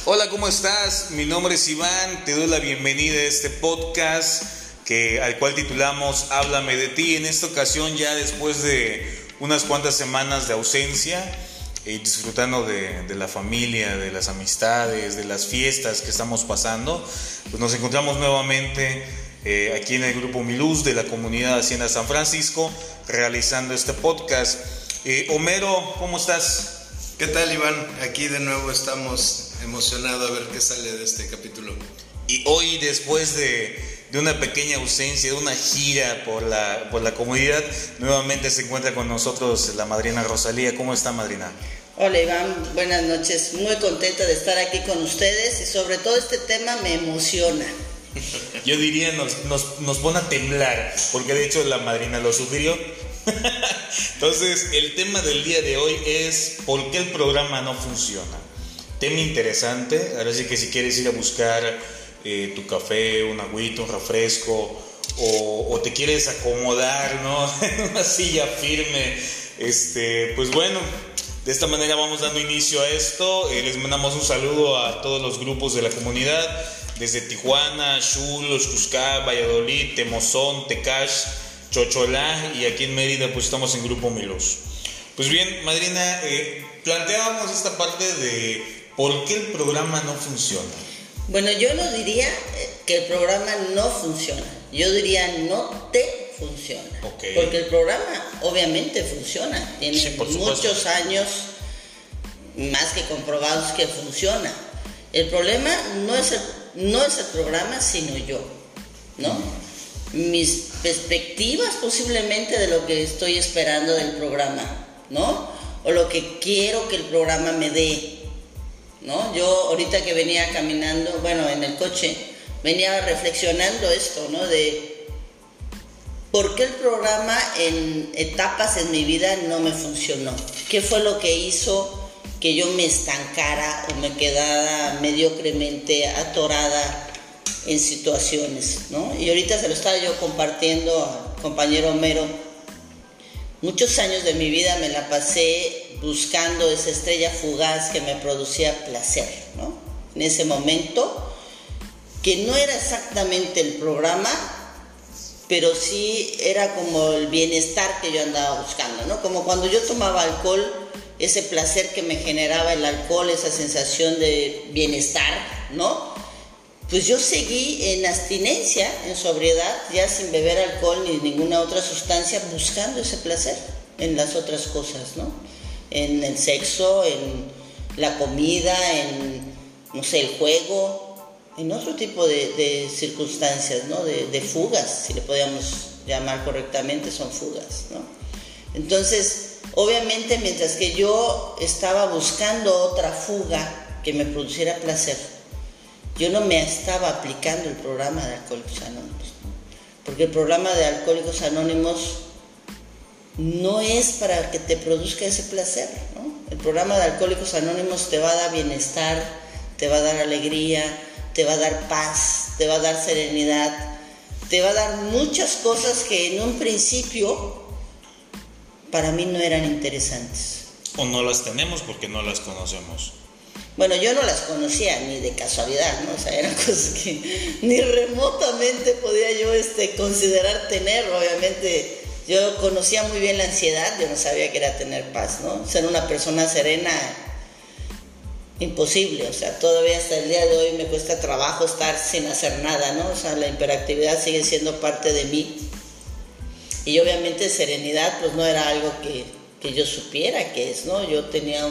Hola, ¿cómo estás? Mi nombre es Iván, te doy la bienvenida a este podcast al cual titulamos Háblame de ti. En esta ocasión, ya después de unas cuantas semanas de ausencia, disfrutando de la familia, de las amistades, de las fiestas que estamos pasando, pues nos encontramos nuevamente aquí en el Grupo Miluz de la Comunidad Hacienda San Francisco, realizando este podcast. Homero, ¿cómo estás? ¿Qué tal, Iván? Aquí de nuevo estamos emocionados a ver qué sale de este capítulo. Y hoy, después de una pequeña ausencia, de una gira por la comunidad, nuevamente se encuentra con nosotros la madrina Rosalía. ¿Cómo está, madrina? Hola, Iván, buenas noches. Muy contenta de estar aquí con ustedes y sobre todo este tema me emociona. Yo diría nos pone a temblar, porque de hecho la madrina lo sugirió. Entonces, el tema del día de hoy es ¿por qué el programa no funciona? Tema interesante. Ahora sí que si quieres ir a buscar tu café, un agüita, un refresco, o te quieres acomodar, ¿no? En una silla firme, pues bueno, de esta manera vamos dando inicio a esto. Les mandamos un saludo a todos los grupos de la comunidad, desde Tijuana, Xulos, Cuscá, Valladolid, Temozón, Tecash, Chocholá, y aquí en Mérida pues estamos en Grupo Miluz. Pues bien, madrina, planteábamos esta parte de ¿por qué el programa no funciona? Bueno, yo no diría que el programa no funciona, yo diría no te funciona. Okay. Porque el programa obviamente funciona, tiene sí, muchos años más que comprobados que funciona. El problema no es el programa, sino yo, ¿no? Mis perspectivas posiblemente de lo que estoy esperando del programa, ¿no? O lo que quiero que el programa me dé, ¿no? Yo ahorita que venía caminando, bueno, en el coche, venía reflexionando esto, ¿no? De por qué el programa en etapas en mi vida no me funcionó. ¿Qué fue lo que hizo que yo me estancara o me quedara mediocremente atorada en situaciones, ¿no? Y ahorita se lo estaba yo compartiendo al compañero Homero. Muchos años de mi vida me la pasé buscando esa estrella fugaz que me producía placer, ¿no? En ese momento, que no era exactamente el programa, pero sí era como el bienestar que yo andaba buscando, ¿no? Como cuando yo tomaba alcohol, ese placer que me generaba el alcohol, esa sensación de bienestar, ¿no? Pues yo seguí en abstinencia, en sobriedad, ya sin beber alcohol ni ninguna otra sustancia, buscando ese placer en las otras cosas, ¿no? En el sexo, en la comida, en, no sé, el juego, en otro tipo de circunstancias, ¿no? De fugas, si le podíamos llamar correctamente, son fugas, ¿no? Entonces, obviamente, mientras que yo estaba buscando otra fuga que me produciera placer, yo no me estaba aplicando el programa de Alcohólicos Anónimos, ¿no? Porque el programa de Alcohólicos Anónimos no es para que te produzca ese placer, ¿no? El programa de Alcohólicos Anónimos te va a dar bienestar, te va a dar alegría, te va a dar paz, te va a dar serenidad, te va a dar muchas cosas que en un principio para mí no eran interesantes. O no las tenemos porque no las conocemos. Bueno, yo no las conocía ni de casualidad, ¿no? O sea, eran cosas que ni remotamente podía yo considerar tener. Obviamente, yo conocía muy bien la ansiedad, yo no sabía que era tener paz, ¿no? Ser una persona serena, imposible. O sea, todavía hasta el día de hoy me cuesta trabajo estar sin hacer nada, ¿no? O sea, la hiperactividad sigue siendo parte de mí. Y obviamente serenidad, pues no era algo que yo supiera qué es, ¿no? Yo tenía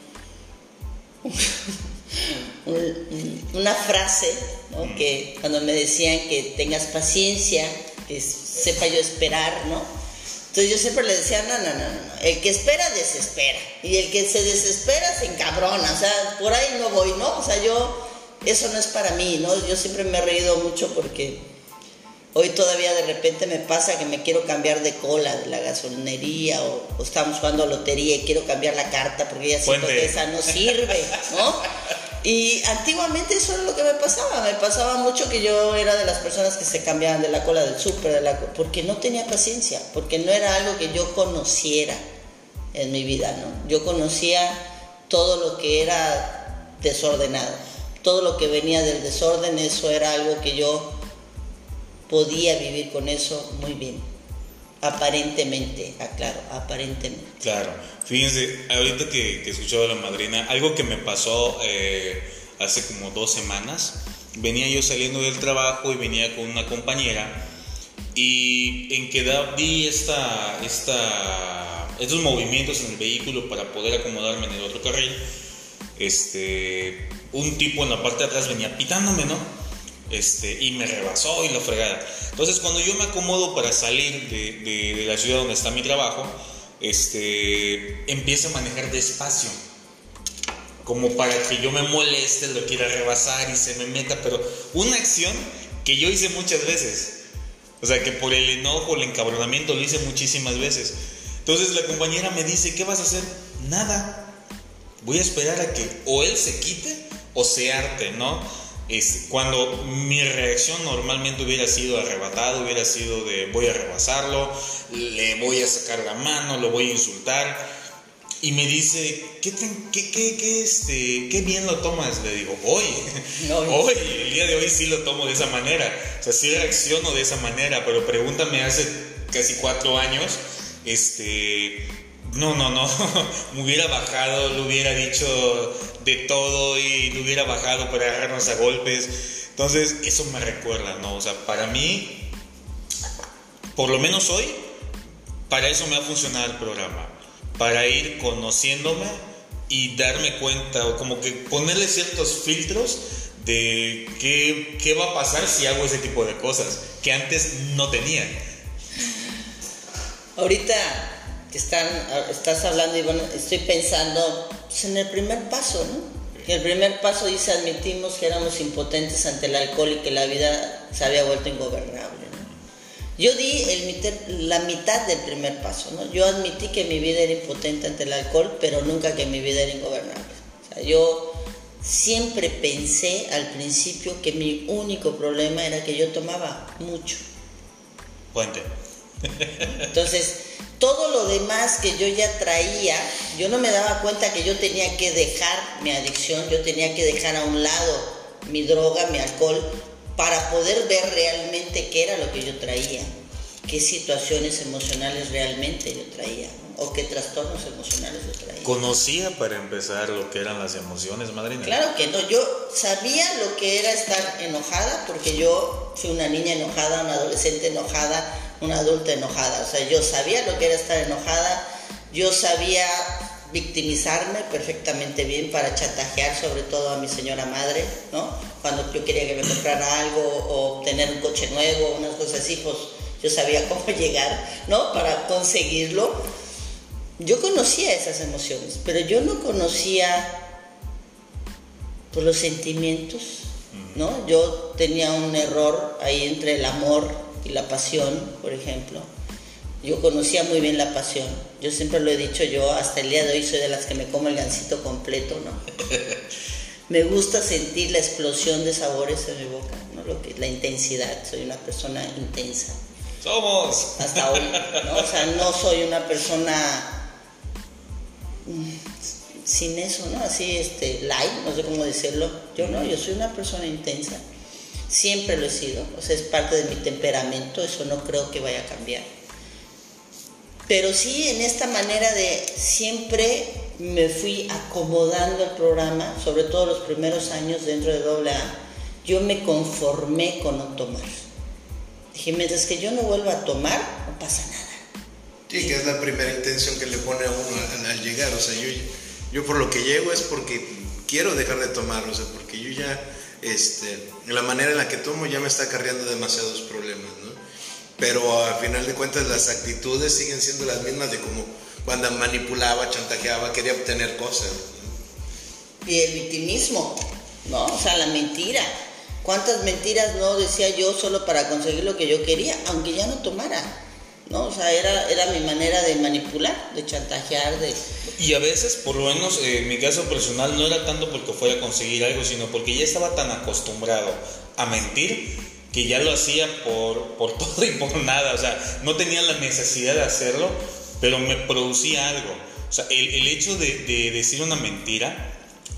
una frase, ¿no? Que cuando me decían que tengas paciencia, que sepa yo esperar, ¿no? Entonces yo siempre le decía, no, el que espera desespera, y el que se desespera se encabrona, o sea, por ahí no voy, ¿no? O sea, eso no es para mí, ¿no? Yo siempre me he reído mucho porque hoy todavía de repente me pasa que me quiero cambiar de cola de la gasolinería o estamos jugando a lotería y quiero cambiar la carta porque ya siento que esa no sirve, ¿no? Y antiguamente eso era lo que me pasaba mucho que yo era de las personas que se cambiaban de la cola del súper, porque no tenía paciencia, porque no era algo que yo conociera en mi vida, ¿no? Yo conocía todo lo que era desordenado. todo lo que venía del desorden, eso era algo que yo podía vivir con eso muy bien. Aparentemente, aclaro, aparentemente. Claro, fíjense, ahorita que escuchaba a la madrina, algo que me pasó hace como 2 semanas, venía yo saliendo del trabajo y venía con una compañera y en que vi estos movimientos en el vehículo para poder acomodarme en el otro carril, un tipo en la parte de atrás venía pitándome, ¿no? Y me rebasó y la fregada. Entonces cuando yo me acomodo para salir de la ciudad donde está mi trabajo, empiezo a manejar despacio, como para que yo me moleste, lo quiera rebasar y se me meta, pero una acción que yo hice muchas veces, o sea que por el enojo, el encabronamiento lo hice muchísimas veces. Entonces la compañera me dice, ¿qué vas a hacer? Nada, voy a esperar a que o él se quite o se harte, ¿no? Cuando mi reacción normalmente hubiera sido arrebatado, hubiera sido de voy a rebasarlo, le voy a sacar la mano, lo voy a insultar, y me dice, ¿qué bien lo tomas? Le digo, hoy, el día de hoy sí lo tomo de esa manera, o sea, sí reacciono de esa manera, pero pregúntame hace casi 4 años, no, me hubiera bajado, le hubiera dicho de todo y le hubiera bajado para agarrarnos a golpes. Entonces eso me recuerda, ¿no? O sea, para mí, por lo menos hoy, para eso me ha funcionado el programa, para ir conociéndome y darme cuenta, o como que ponerle ciertos filtros de qué va a pasar si hago ese tipo de cosas que antes no tenía. Ahorita que estás hablando y bueno, estoy pensando pues, en el primer paso, ¿no? Que el primer paso dice, admitimos que éramos impotentes ante el alcohol y que la vida se había vuelto ingobernable, ¿no? Yo di la mitad del primer paso, ¿no? Yo admití que mi vida era impotente ante el alcohol, pero nunca que mi vida era ingobernable. O sea, yo siempre pensé al principio que mi único problema era que yo tomaba mucho. Puente. Entonces, todo lo demás que yo ya traía, yo no me daba cuenta que yo tenía que dejar mi adicción, yo tenía que dejar a un lado mi droga, mi alcohol, para poder ver realmente qué era lo que yo traía, qué situaciones emocionales realmente yo traía, ¿no? O qué trastornos emocionales yo traía. ¿Conocía para empezar lo que eran las emociones, madrina? Claro que no, yo sabía lo que era estar enojada, porque yo fui una niña enojada, una adolescente enojada, una adulta enojada. O sea, yo sabía lo que era estar enojada, yo sabía victimizarme perfectamente bien para chantajear sobre todo a mi señora madre, ¿no? Cuando yo quería que me comprara algo o tener un coche nuevo, unas cosas así, pues yo sabía cómo llegar, ¿no? Para conseguirlo. Yo conocía esas emociones, pero yo no conocía pues, los sentimientos, ¿no? Yo tenía un error ahí entre el amor y la pasión, por ejemplo. Yo conocía muy bien la pasión. Yo siempre lo he dicho, yo hasta el día de hoy soy de las que me como el gansito completo, ¿no? Me gusta sentir la explosión de sabores en mi boca, ¿no? La intensidad. Soy una persona intensa. ¡Somos! Hasta hoy, ¿no? O sea, no soy una persona sin eso, ¿no? Así, light, no sé cómo decirlo. Yo no, yo soy una persona intensa. Siempre lo he sido, o sea, es parte de mi temperamento, eso no creo que vaya a cambiar. Pero sí, en esta manera de siempre me fui acomodando el programa, sobre todo los primeros años dentro de AA, yo me conformé con no tomar. Dije, mientras que yo no vuelva a tomar, no pasa nada. Sí, que es la primera intención que le pone a uno al llegar, o sea, yo por lo que llego es porque quiero dejar de tomar, o sea, porque yo ya... la manera en la que tomo ya me está acarreando demasiados problemas, ¿no? Pero a final de cuentas las actitudes siguen siendo las mismas de como cuando manipulaba, chantajeaba, quería obtener cosas, ¿no? Y el victimismo, ¿no? O sea, la mentira. ¿Cuántas mentiras no decía yo solo para conseguir lo que yo quería, aunque ya no tomara? ¿No? O sea, era mi manera de manipular, de chantajear, de... Y a veces, por lo menos en mi caso personal, no era tanto porque fuera a conseguir algo, sino porque ya estaba tan acostumbrado a mentir que ya lo hacía por todo y por nada. O sea, no tenía la necesidad de hacerlo, pero me producía algo. O sea, el hecho de decir una mentira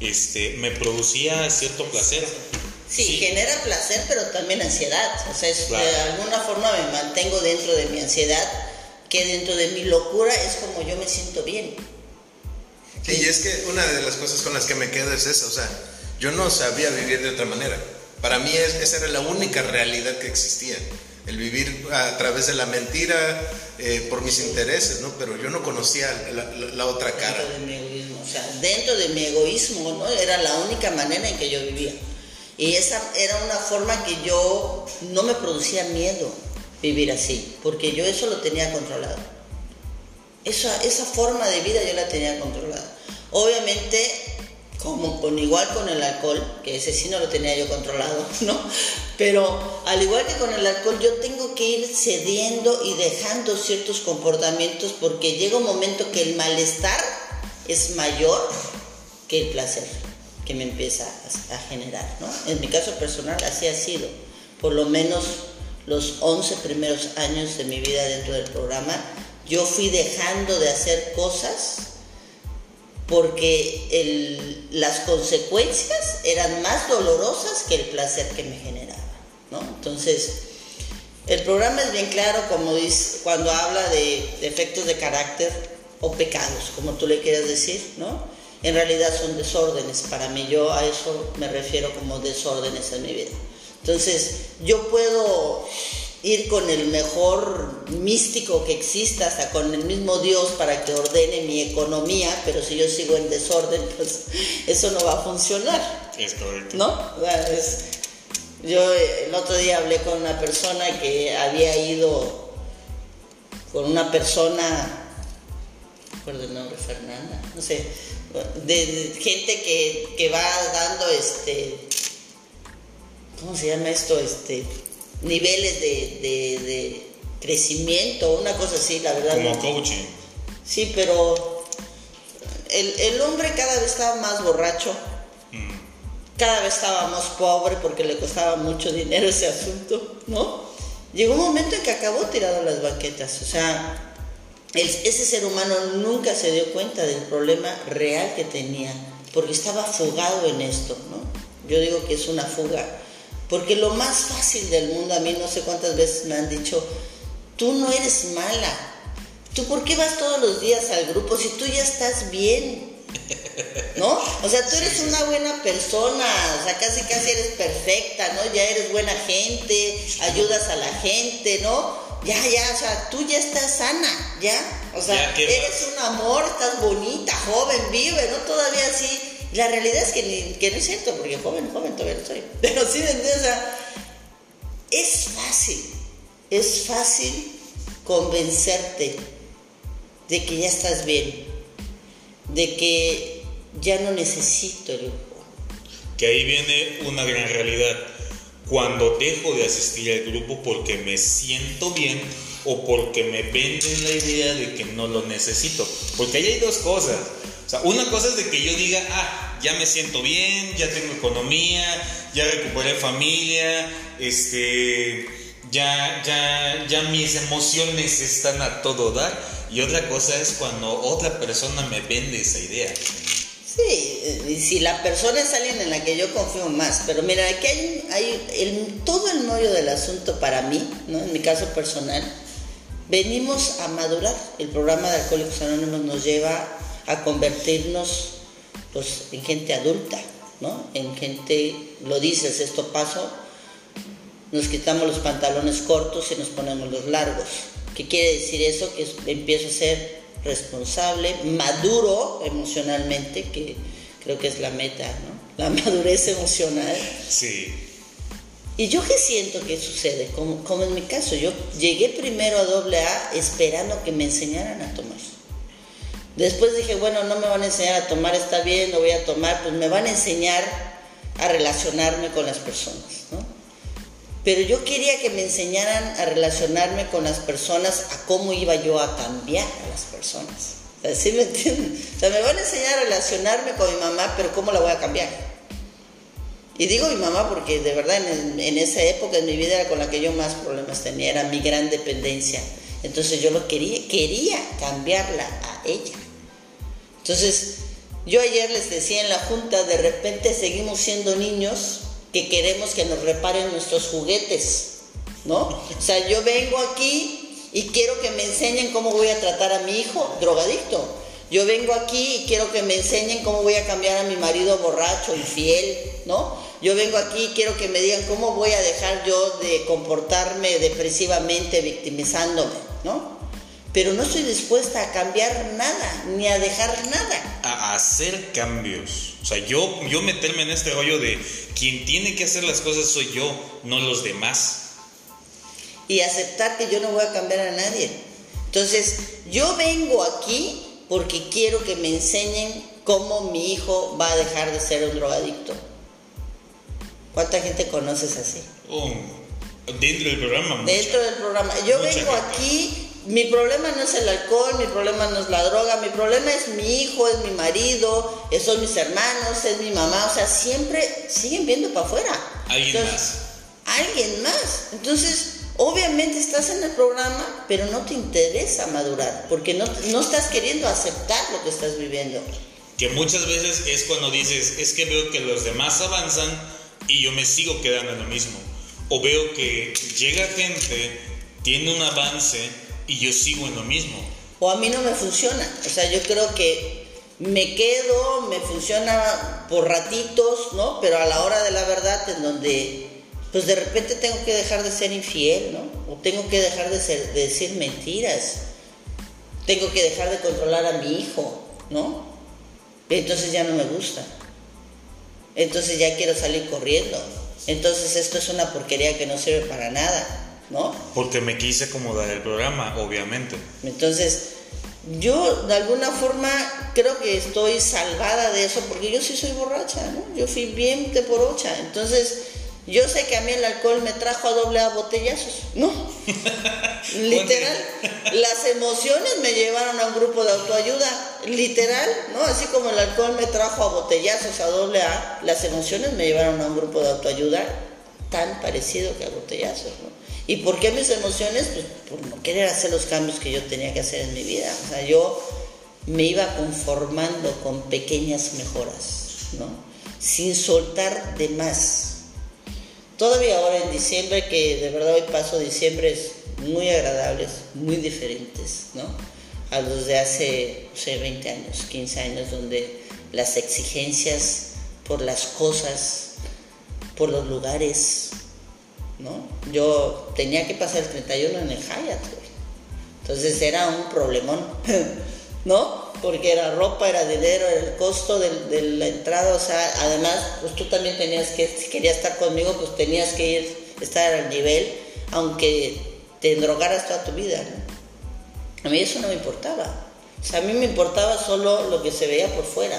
me producía cierto placer. Sí, genera placer, pero también ansiedad. O sea, Claro. de alguna forma me mantengo dentro de mi ansiedad, que dentro de mi locura es como yo me siento bien. Sí, y es que una de las cosas con las que me quedo es esa, o sea, yo no sabía vivir de otra manera. Para mí esa era la única realidad que existía, el vivir a través de la mentira por mis intereses, ¿no? Pero yo no conocía la otra cara. Dentro de mi egoísmo, o sea, dentro de mi egoísmo, ¿no? Era la única manera en que yo vivía. Y esa era una forma que yo no me producía miedo vivir así, porque yo eso lo tenía controlado. Esa forma de vida yo la tenía controlada. Obviamente, igual con el alcohol, que ese sí no lo tenía yo controlado, ¿no? Pero al igual que con el alcohol, yo tengo que ir cediendo y dejando ciertos comportamientos porque llega un momento que el malestar es mayor que el placer que me empieza a generar, ¿no? En mi caso personal así ha sido, por lo menos los 11 primeros años de mi vida dentro del programa, yo fui dejando de hacer cosas porque las consecuencias eran más dolorosas que el placer que me generaba, ¿no? Entonces, el programa es bien claro como dice, cuando habla de defectos de carácter o pecados, como tú le quieras decir, ¿no? En realidad son desórdenes para mí, yo a eso me refiero como desórdenes en mi vida. Entonces, yo puedo ir con el mejor místico que exista, hasta con el mismo Dios para que ordene mi economía, pero si yo sigo en desorden, pues eso no va a funcionar. Es correcto. ¿No? Yo el otro día hablé con una persona que había ido con una persona, no recuerdo el nombre, Fernanda, no sé, de gente que va dando ¿cómo se llama esto? Niveles de crecimiento, una cosa así, la verdad. Como coaching. Sí, pero el hombre cada vez estaba más borracho, cada vez estaba más pobre porque le costaba mucho dinero ese asunto, ¿no? Llegó un momento en que acabó tirado a las banquetas, o sea, ese ser humano nunca se dio cuenta del problema real que tenía, porque estaba fugado en esto, ¿no? Yo digo que es una fuga. Porque lo más fácil del mundo, a mí no sé cuántas veces me han dicho, tú no eres mala, tú ¿por qué vas todos los días al grupo si tú ya estás bien? ¿No? O sea, tú eres una buena persona, o sea, casi eres perfecta, ¿no? Ya eres buena gente, ayudas a la gente, ¿no? Ya, o sea, tú ya estás sana, ¿ya? O sea, eres un amor, estás bonita, joven, vive, ¿no? Todavía sí. La realidad es que no es cierto, porque joven todavía no soy. Pero sí, o sea, es fácil convencerte de que ya estás bien, de que ya no necesito el grupo. Que ahí viene una gran realidad. Cuando dejo de asistir al grupo porque me siento bien o porque me venden la idea de que no lo necesito. Porque ahí hay dos cosas. O sea, una cosa es de que yo diga, ya me siento bien, ya tengo economía, ya recuperé familia, ya mis emociones están a todo dar. Y otra cosa es cuando otra persona me vende esa idea. Sí, y si la persona es alguien en la que yo confío más, pero mira, aquí hay todo el meollo del asunto para mí, ¿no? En mi caso personal, venimos a madurar. El programa de Alcohólicos Anónimos nos lleva a convertirnos pues en gente adulta, ¿no? En gente, lo dice el sexto paso, nos quitamos los pantalones cortos y nos ponemos los largos. ¿Qué quiere decir eso? Que empiezo a ser responsable, maduro emocionalmente, que creo que es la meta, ¿no? La madurez emocional. Sí. Y yo qué siento que sucede, como en mi caso, yo llegué primero a AA esperando que me enseñaran a tomar. Después dije, bueno, no me van a enseñar a tomar, está bien, no voy a tomar, pues me van a enseñar a relacionarme con las personas, ¿no? Pero yo quería que me enseñaran a relacionarme con las personas, a cómo iba yo a cambiar a las personas. O sea, ¿sí me entienden? O sea, me van a enseñar a relacionarme con mi mamá, pero ¿cómo la voy a cambiar? Y digo mi mamá porque de verdad en esa época en mi vida era con la que yo más problemas tenía, era mi gran dependencia. Entonces yo quería cambiarla a ella. Entonces Yo ayer les decía en la junta, de repente seguimos siendo niños que queremos que nos reparen nuestros juguetes, ¿no? O sea, yo vengo aquí y quiero que me enseñen cómo voy a tratar a mi hijo drogadicto. Yo vengo aquí y quiero que me enseñen cómo voy a cambiar a mi marido borracho, infiel, ¿no? Yo vengo aquí y quiero que me digan cómo voy a dejar yo de comportarme depresivamente, victimizándome, ¿no? Pero no estoy dispuesta a cambiar nada, ni a dejar nada. A hacer cambios. O sea, yo meterme en este rollo de quien tiene que hacer las cosas soy yo, no los demás. Y aceptar que yo no voy a cambiar a nadie. Entonces, yo vengo aquí porque quiero que me enseñen cómo mi hijo va a dejar de ser un drogadicto. ¿Cuánta gente conoces así? Dentro del programa. Dentro del programa. Yo vengo gente. aquí, mi problema no es el alcohol, mi problema no es la droga, mi problema es mi hijo, es mi marido, son mis hermanos, es mi mamá. O sea, siempre siguen viendo para afuera. Alguien más. Alguien más. Entonces, obviamente estás en el programa, pero no te interesa madurar, porque no estás queriendo aceptar lo que estás viviendo. Que muchas veces es cuando dices, es que veo que los demás avanzan y yo me sigo quedando en lo mismo. O veo que llega gente, tiene un avance y yo sigo en lo mismo. O a mí no me funciona. O sea, yo creo que me quedo, me funciona por ratitos, ¿no? Pero a la hora de la verdad, en donde pues de repente tengo que dejar de ser infiel, ¿no? O tengo que dejar de decir mentiras. Tengo que dejar de controlar a mi hijo, ¿no? Entonces ya no me gusta. Entonces ya quiero salir corriendo. Entonces esto es una porquería que no sirve para nada, ¿no? Porque me quise acomodar el programa, obviamente. Entonces, yo de alguna forma creo que estoy salvada de eso, porque yo sí soy borracha, ¿no? Yo fui bien de porocha. Entonces, yo sé que a mí el alcohol me trajo a doble a botellazos, ¿no? Literal. Las emociones me llevaron a un grupo de autoayuda, literal, ¿no? Así como el alcohol me trajo a botellazos a doble A, las emociones me llevaron a un grupo de autoayuda tan parecido que a botellazos, ¿no? ¿Y por qué mis emociones? Pues por no querer hacer los cambios que yo tenía que hacer en mi vida. O sea, yo me iba conformando con pequeñas mejoras, ¿no? Sin soltar de más. Todavía ahora en diciembre, que de verdad hoy paso diciembres muy agradables, muy diferentes, ¿no? A los de hace, no sé, 20 años, 15 años, donde las exigencias por las cosas, por los lugares, ¿no? Yo tenía que pasar el 31 en el Hyatt, güey. Entonces era un problemón, ¿no? Porque era ropa, era dinero, era el costo de la entrada. O sea, además, pues tú también tenías que, si querías estar conmigo, pues tenías que estar al nivel, aunque te endrogaras toda tu vida, ¿no? A mí eso no me importaba. O sea, a mí me importaba solo lo que se veía por fuera,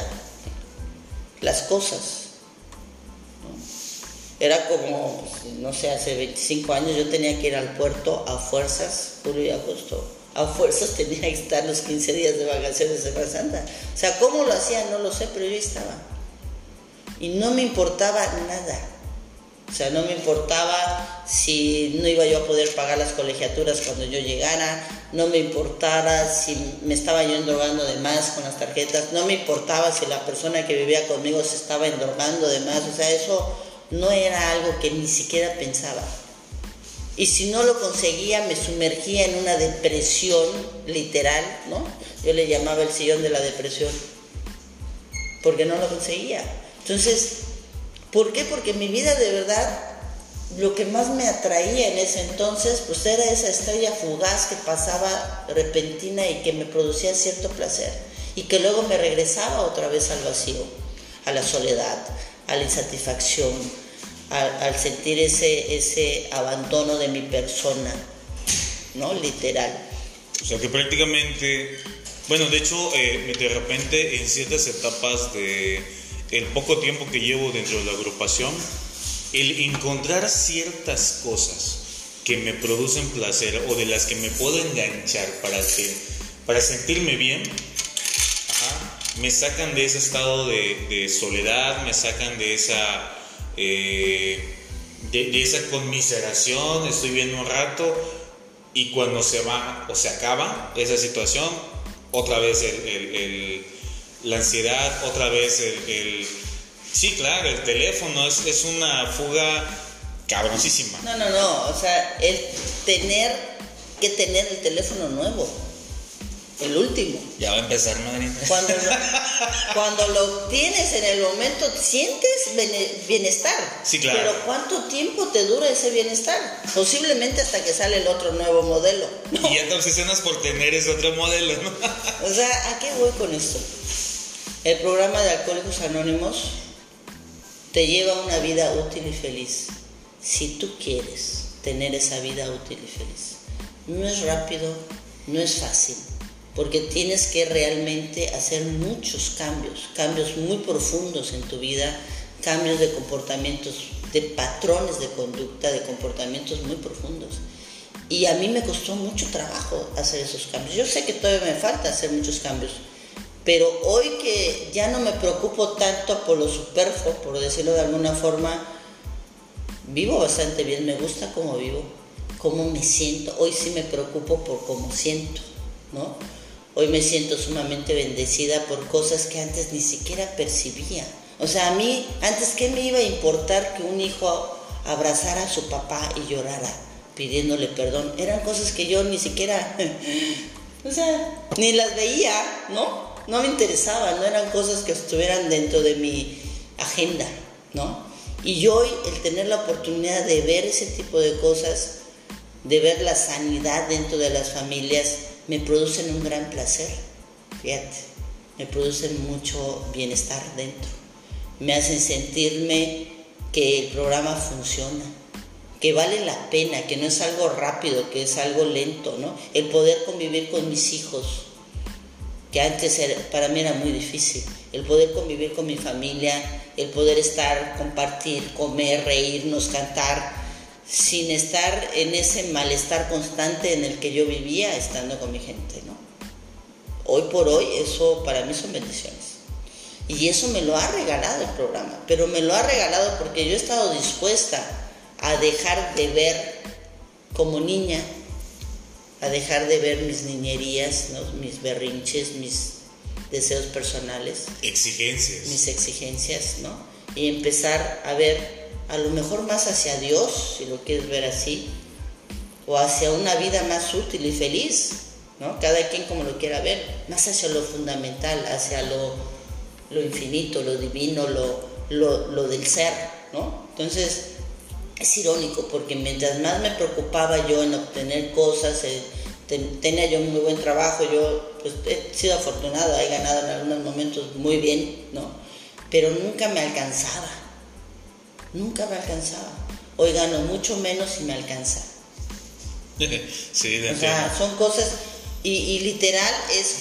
las cosas, ¿no? Era como, no sé, hace 25 años yo tenía que ir al puerto a fuerzas, julio y agosto. A fuerzas tenía que estar los 15 días de vacaciones de Semana Santa. O sea, ¿cómo lo hacía? No lo sé, pero yo estaba. Y no me importaba nada. O sea, no me importaba si no iba yo a poder pagar las colegiaturas cuando yo llegara. No me importaba si me estaba yo endrogando de más con las tarjetas. No me importaba si la persona que vivía conmigo se estaba endrogando de más. O sea, eso no era algo que ni siquiera pensaba. Y si no lo conseguía, me sumergía en una depresión literal, ¿no? Yo le llamaba el sillón de la depresión, porque no lo conseguía. Entonces, ¿por qué? Porque mi vida de verdad, lo que más me atraía en ese entonces, pues era esa estrella fugaz que pasaba repentina y que me producía cierto placer, y que luego me regresaba otra vez al vacío, a la soledad, a la insatisfacción, al sentir ese abandono de mi persona, ¿no? Literal. O sea que prácticamente, bueno, de hecho, de repente en ciertas etapas de el poco tiempo que llevo dentro de la agrupación, el encontrar ciertas cosas que me producen placer o de las que me puedo enganchar para sentirme bien, me sacan de ese estado de soledad, me sacan de esa de esa conmiseración. Estoy viendo un rato y cuando se va o se acaba esa situación, otra vez la ansiedad, otra vez sí, claro, el teléfono es una fuga cabroncísima. No, o sea, el tener el teléfono nuevo, el último. Ya va a empezar, madre. Cuando lo obtienes en el momento sientes bienestar. Sí, claro. Pero ¿cuánto tiempo te dura ese bienestar? Posiblemente hasta que sale el otro nuevo modelo, ¿no? Y ya te obsesionas por tener ese otro modelo, ¿no? O sea, ¿a qué voy con esto? El programa de Alcohólicos Anónimos te lleva a una vida útil y feliz. Si tú quieres tener esa vida útil y feliz, no es rápido, no es fácil, porque tienes que realmente hacer muchos cambios muy profundos en tu vida, cambios de comportamientos, de patrones de conducta, de comportamientos muy profundos. Y a mí me costó mucho trabajo hacer esos cambios. Yo sé que todavía me falta hacer muchos cambios, pero hoy que ya no me preocupo tanto por lo superfluo, por decirlo de alguna forma, vivo bastante bien, me gusta cómo vivo, cómo me siento. Hoy sí me preocupo por cómo siento, ¿no? Hoy me siento sumamente bendecida por cosas que antes ni siquiera percibía. O sea, a mí, antes, ¿qué me iba a importar que un hijo abrazara a su papá y llorara pidiéndole perdón? Eran cosas que yo ni siquiera, o sea, ni las veía, ¿no? No me interesaban, no eran cosas que estuvieran dentro de mi agenda, ¿no? Y hoy el tener la oportunidad de ver ese tipo de cosas, de ver la sanidad dentro de las familias, me producen un gran placer, fíjate, me producen mucho bienestar dentro, me hacen sentirme que el programa funciona, que vale la pena, que no es algo rápido, que es algo lento, ¿no? El poder convivir con mis hijos, que antes para mí era muy difícil, el poder convivir con mi familia, el poder estar, compartir, comer, reírnos, cantar, sin estar en ese malestar constante en el que yo vivía estando con mi gente, ¿no? Hoy por hoy eso para mí son bendiciones. Y eso me lo ha regalado el programa, pero me lo ha regalado porque yo he estado dispuesta a dejar de ver como niña, a dejar de ver mis niñerías, ¿no? Mis berrinches, mis deseos personales, mis exigencias, ¿no? Y empezar a ver a lo mejor más hacia Dios, si lo quieres ver así, o hacia una vida más útil y feliz, ¿no? Cada quien como lo quiera ver, más hacia lo fundamental, hacia lo infinito, lo divino, lo del ser, ¿no? Entonces es irónico porque mientras más me preocupaba yo en obtener cosas, tenía yo un muy buen trabajo, yo pues he sido afortunado, he ganado en algunos momentos muy bien, ¿no? Pero nunca me alcanzaba. Hoy gano mucho menos y me alcanza. Sí, o sea, son cosas y literal es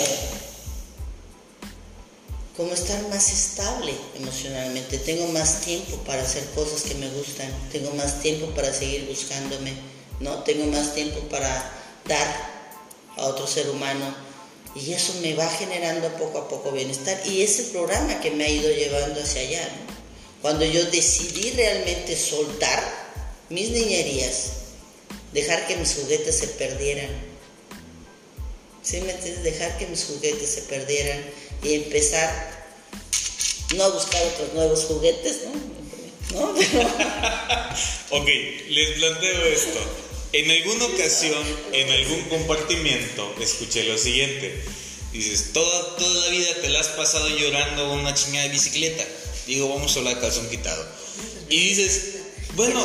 como estar más estable emocionalmente. Tengo más tiempo para hacer cosas que me gustan, tengo más tiempo para seguir buscándome, ¿no? Tengo más tiempo para dar a otro ser humano y eso me va generando poco a poco bienestar y es el programa que me ha ido llevando hacia allá, ¿no? Cuando yo decidí realmente soltar mis niñerías, dejar que mis juguetes se perdieran, ¿sí me entiendes? Dejar que mis juguetes se perdieran y empezar no a buscar otros nuevos juguetes, ¿no? Ok, les planteo esto. En alguna ocasión, en algún compartimiento, escuché lo siguiente. Dices, toda la vida te la has pasado llorando una chingada de bicicleta. Digo, vamos a hablar de calzón quitado. Y dices, bueno...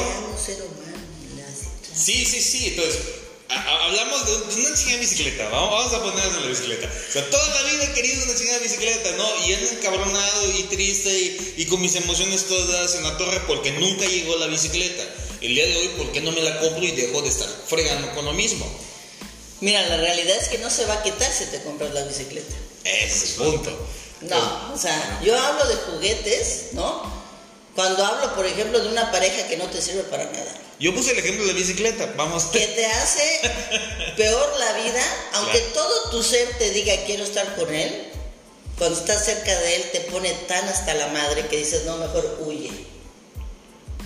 Sí. Entonces, hablamos de una chingada de bicicleta. Vamos a ponernos en la bicicleta. O sea, toda la vida he querido una chingada de bicicleta, ¿no? Y ando encabronado y triste y con mis emociones todas en la torre porque nunca llegó la bicicleta. El día de hoy, ¿por qué no me la compro y dejo de estar fregando con lo mismo? Mira, la realidad es que no se va a quitar si te compras la bicicleta. Ese es el punto. No, o sea, yo hablo de juguetes, ¿no? Cuando hablo, por ejemplo, de una pareja que no te sirve para nada. Yo puse el ejemplo de la bicicleta, vamos. Que te hace peor la vida, aunque todo tu ser te diga quiero estar con él, cuando estás cerca de él te pone tan hasta la madre que dices, no, mejor huye.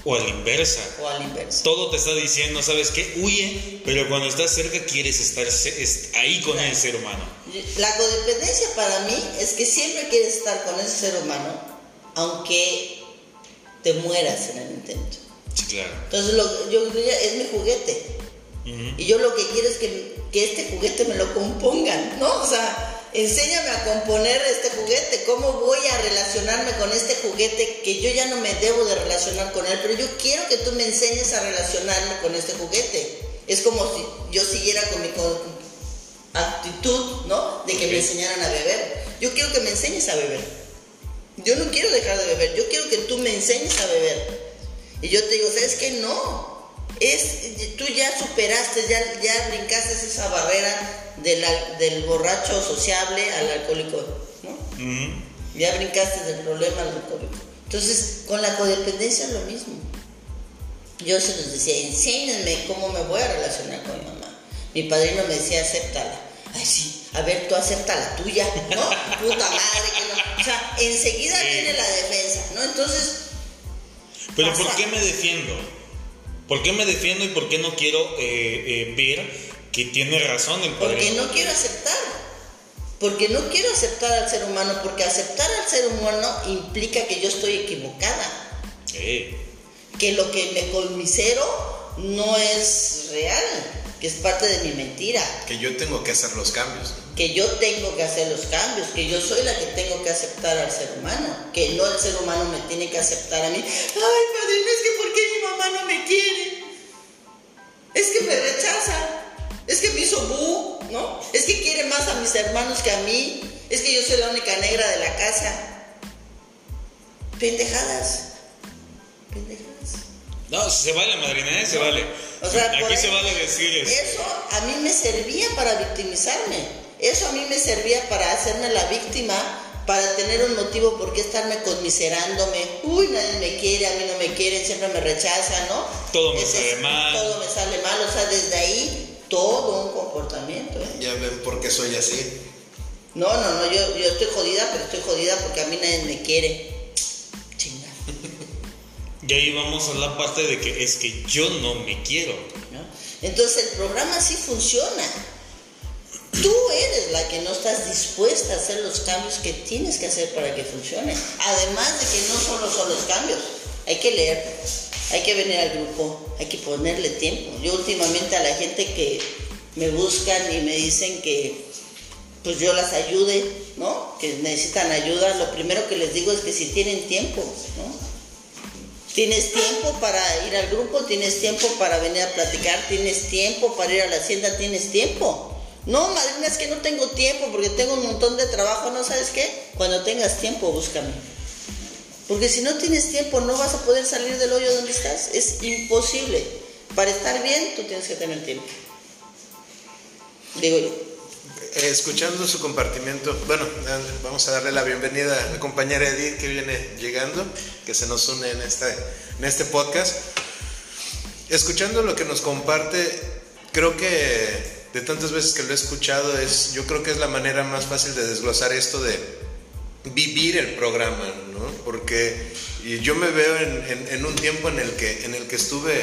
O a la inversa. O a la inversa. Todo te está diciendo, ¿sabes qué? Huye, pero cuando estás cerca quieres estar ahí con el ser humano. La codependencia para mí es que siempre quieres estar con ese ser humano, aunque te mueras en el intento. Sí, claro. Entonces yo diría, es mi juguete. Y yo lo que quiero es que este juguete me lo compongan, ¿no? O sea, enséñame a componer este juguete. ¿Cómo voy a relacionarme con este juguete que yo ya no me debo de relacionar con él? Pero yo quiero que tú me enseñes a relacionarme con este juguete. Es como si yo siguiera con mi actitud, ¿no? De que me enseñaran a beber. Yo quiero que me enseñes a beber. Yo no quiero dejar de beber. Yo quiero que tú me enseñes a beber. Y yo te digo, ¿sabes qué? No. Tú ya superaste, ya brincaste esa barrera del borracho sociable al alcohólico, ¿no? Ya brincaste del problema al alcohólico. Entonces, con la codependencia es lo mismo. Yo se los decía, enséñenme cómo me voy a relacionar con mi mamá. Mi padrino me decía, acéptala. Ay, sí, a ver, tú acepta la tuya, ¿no? Puta madre, que no. O sea, enseguida viene la defensa, ¿no? Entonces. Pero pasa. ¿Por qué me defiendo? ¿Por qué me defiendo y por qué no quiero ver que tiene razón el padrino? Porque no quiero aceptar. Porque no quiero aceptar al ser humano. Porque aceptar al ser humano implica que yo estoy equivocada. Que lo que me conmisero no es real. Que es parte de mi mentira. Que yo tengo que hacer los cambios. Que yo tengo que hacer los cambios. Que yo soy la que tengo que aceptar al ser humano. Que no el ser humano me tiene que aceptar a mí. Ay, padrino, es que ¿por qué mi mamá no me quiere? Es que me rechaza. Es que me hizo bu, ¿no? Es que quiere más a mis hermanos que a mí. Es que yo soy la única negra de la casa. Pendejadas. No, se vale, madrina, se vale. O sea, aquí se vale decir eso a mí me servía para victimizarme. Eso a mí me servía para hacerme la víctima, para tener un motivo por qué estarme conmiserándome. Uy, nadie me quiere, a mí no me quieren, siempre me rechazan, ¿no? Todo me sale mal. Todo me sale mal, o sea, desde ahí todo un comportamiento. Ya ven por qué soy así. No, yo estoy jodida, pero estoy jodida porque a mí nadie me quiere. Chinga. Y ahí vamos a la parte de que es que yo no me quiero, ¿no? Entonces el programa sí funciona. Tú eres la que no estás dispuesta a hacer los cambios que tienes que hacer para que funcione. Además de que no solo son los cambios, hay que leer, hay que venir al grupo, hay que ponerle tiempo. Yo últimamente a la gente que me buscan y me dicen que pues yo las ayude, ¿no? Que necesitan ayuda, lo primero que les digo es que si tienen tiempo, ¿no? Tienes tiempo para ir al grupo, tienes tiempo para venir a platicar, tienes tiempo para ir a la hacienda, tienes tiempo. No, madrina, es que no tengo tiempo porque tengo un montón de trabajo, ¿no? ¿Sabes qué? Cuando tengas tiempo, búscame. Porque si no tienes tiempo, no vas a poder salir del hoyo donde estás. Es imposible. Para estar bien, tú tienes que tener tiempo. Digo yo. Escuchando su compartimiento, bueno, vamos a darle la bienvenida a la compañera Edith que viene llegando, que se nos une en este podcast. Escuchando lo que nos comparte, creo que de tantas veces que lo he escuchado, yo creo que es la manera más fácil de desglosar esto de vivir el programa, ¿no? Porque yo me veo en un tiempo en el que estuve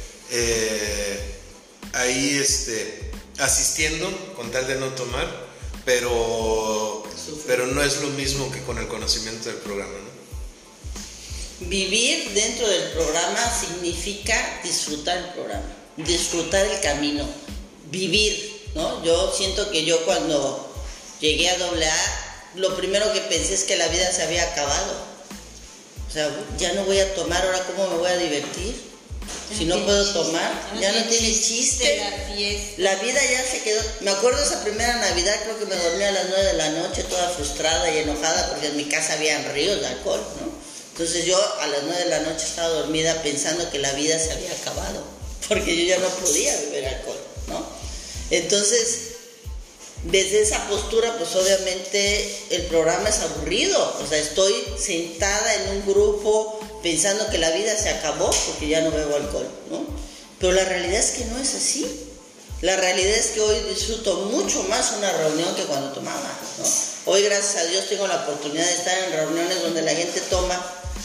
ahí asistiendo con tal de no tomar, pero no es lo mismo que con el conocimiento del programa, ¿no? Vivir dentro del programa significa disfrutar el programa, disfrutar el camino, vivir, ¿no? Yo siento que yo cuando llegué a AA, lo primero que pensé es que la vida se había acabado. O sea, ya no voy a tomar, ahora ¿cómo me voy a divertir? Si no puedo tomar, ya no tiene chiste. La vida ya se quedó. Me acuerdo esa primera Navidad, creo que me dormí a las 9 de la noche, toda frustrada y enojada porque en mi casa habían ríos de alcohol, ¿no? Entonces yo a las 9 de la noche estaba dormida pensando que la vida se había acabado, porque yo ya no podía beber alcohol, ¿no? Entonces, desde esa postura, pues obviamente el programa es aburrido. O sea, estoy sentada en un grupo pensando que la vida se acabó porque ya no bebo alcohol, ¿no? Pero la realidad es que no es así. La realidad es que hoy disfruto mucho más una reunión que cuando tomaba, ¿no? Hoy, gracias a Dios, tengo la oportunidad de estar en reuniones donde la gente toma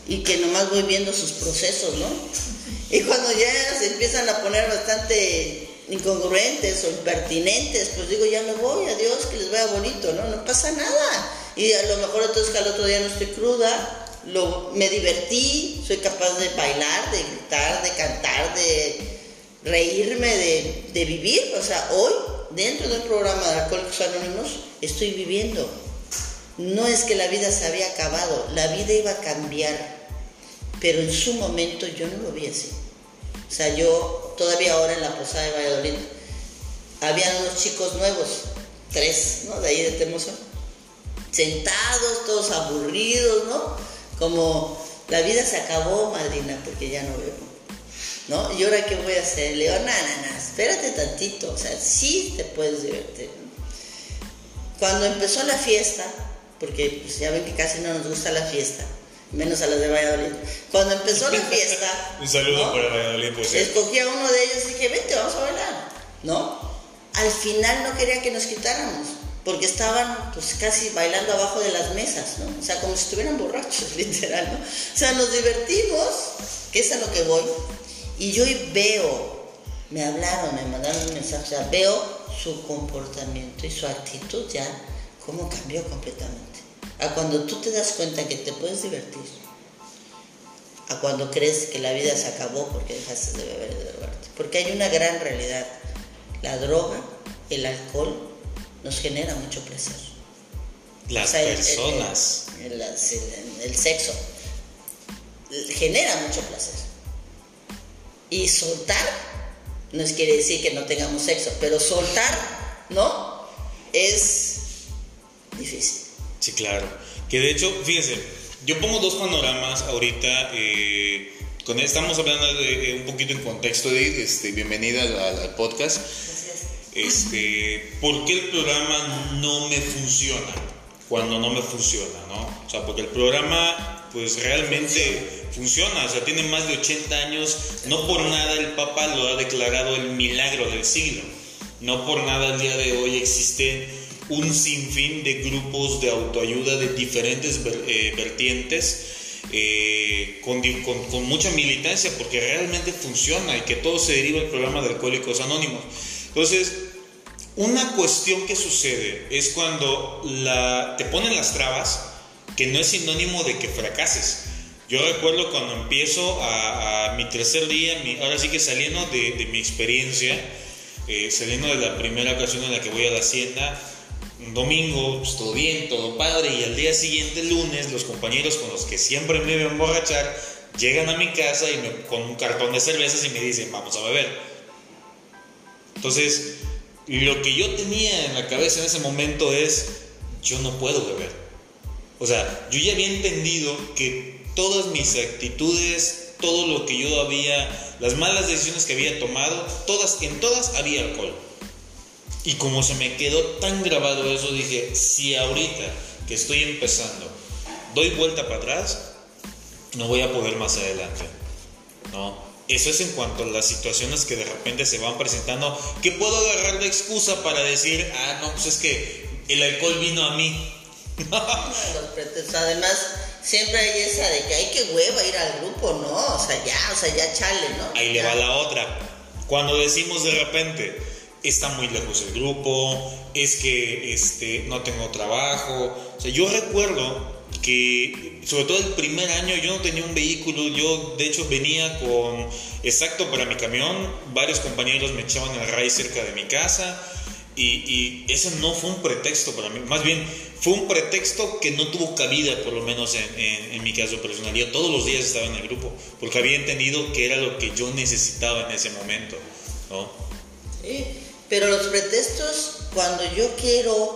y que nomás voy viendo sus procesos, ¿no? Y cuando ya se empiezan a poner bastante incongruentes o impertinentes, pues digo, ya me voy, adiós, que les vaya bonito, ¿no? No pasa nada. Y a lo mejor entonces que al otro día no estoy cruda, me divertí, soy capaz de bailar, de gritar, de cantar, de reírme, de vivir. O sea, hoy, dentro del programa de Alcohólicos Anónimos, estoy viviendo. No es que la vida se había acabado, la vida iba a cambiar, pero en su momento yo no lo vi así. O sea, yo todavía ahora en la posada de Valladolid, habían unos chicos nuevos, 3, ¿no? De ahí de Temozón, sentados, todos aburridos, ¿no? Como la vida se acabó, madrina, porque ya no veo, ¿no? ¿Y ahora qué voy a hacer? Le digo, no, espérate tantito, o sea, sí te puedes divertir, ¿no? Cuando empezó la fiesta, porque pues, ya ven que casi no nos gusta la fiesta, menos a las de Valladolid. Cuando empezó la fiesta, un saludo, ¿no?, para Valladolid, pues, escogí a uno de ellos y dije, vente, vamos a bailar, ¿no? Al final no quería que nos quitáramos, porque estaban pues casi bailando abajo de las mesas, ¿no? O sea, como si estuvieran borrachos, literal, ¿no? O sea, nos divertimos, que es a lo que voy, y yo veo, me hablaron, me mandaron un mensaje, o sea, veo su comportamiento y su actitud ya, cómo cambió completamente. A cuando tú te das cuenta que te puedes divertir, a cuando crees que la vida se acabó porque dejaste de beber y de drogarte. Porque hay una gran realidad, la droga, el alcohol, nos genera mucho placer. Las personas. El sexo genera mucho placer. Y soltar, no quiere decir que no tengamos sexo, pero soltar, ¿no? Es difícil. Sí, claro. Que de hecho, fíjense, yo pongo 2 panoramas ahorita. Estamos hablando de un poquito en contexto, bienvenida al podcast. ¿Por qué el programa no me funciona? Cuando no me funciona, ¿no? O sea, porque el programa pues realmente funciona, o sea, tiene más de 80 años, no por nada el Papa lo ha declarado el milagro del siglo, no por nada el día de hoy existe un sinfín de grupos de autoayuda de diferentes vertientes, con mucha militancia, porque realmente funciona y que todo se deriva del programa de Alcohólicos Anónimos. Entonces, una cuestión que sucede es cuando te ponen las trabas, que no es sinónimo de que fracases. Yo recuerdo cuando empiezo a mi tercer día, ahora sí que saliendo de mi experiencia, saliendo de la primera ocasión en la que voy a la hacienda, un domingo, pues todo bien, todo padre, y al día siguiente, lunes, los compañeros con los que siempre me voy a emborrachar llegan a mi casa con un cartón de cervezas y me dicen, vamos a beber. Entonces, lo que yo tenía en la cabeza en ese momento es, yo no puedo beber. O sea, yo ya había entendido que todas mis actitudes, todo lo que yo las malas decisiones que había tomado, en todas había alcohol. Y como se me quedó tan grabado eso, dije, si ahorita que estoy empezando doy vuelta para atrás, no voy a poder más adelante, ¿no? Eso es en cuanto a las situaciones que de repente se van presentando, que puedo agarrar de excusa para decir, no, pues es que el alcohol vino a mí. Además, siempre hay esa de que hay que hueva ir al grupo, ¿no? O sea, ya chale, ¿no? Ahí le va la otra. Cuando decimos de repente, está muy lejos el grupo, es que no tengo trabajo. O sea, yo recuerdo que, sobre todo el primer año, yo no tenía un vehículo. Yo, de hecho, venía con exacto para mi camión. Varios compañeros me echaban el ray cerca de mi casa. Y ese no fue un pretexto para mí. Más bien, fue un pretexto que no tuvo cabida, por lo menos en mi caso personal. Yo todos los días estaba en el grupo, porque había entendido que era lo que yo necesitaba en ese momento, ¿no? Sí. Pero los pretextos, cuando yo quiero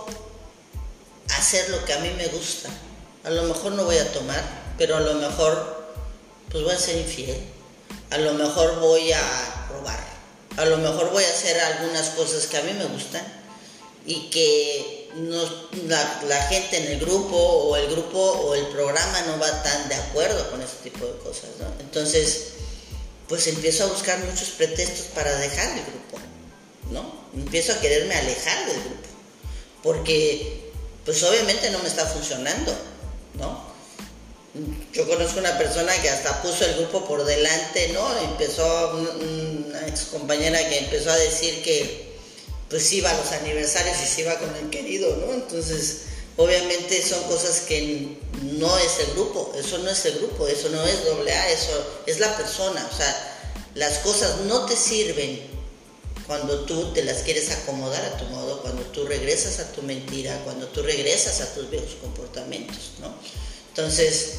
hacer lo que a mí me gusta, a lo mejor no voy a tomar, pero a lo mejor pues voy a ser infiel, a lo mejor voy a robar, a lo mejor voy a hacer algunas cosas que a mí me gustan y que la gente en el grupo o el programa no va tan de acuerdo con ese tipo de cosas, ¿no? Entonces, pues empiezo a buscar muchos pretextos para dejar el grupo, ¿no? Empiezo a quererme alejar del grupo, porque pues obviamente no me está funcionando, ¿no? Yo conozco una persona que hasta puso el grupo por delante, ¿no? Empezó, una ex compañera que empezó a decir que pues iba a los aniversarios y se iba con el querido, ¿no? Entonces, obviamente son cosas que no es el grupo, eso no es el grupo, eso no es AA, eso es la persona. O sea, las cosas no te sirven cuando tú te las quieres acomodar a tu modo, cuando tú regresas a tu mentira, cuando tú regresas a tus viejos comportamientos, ¿no? Entonces,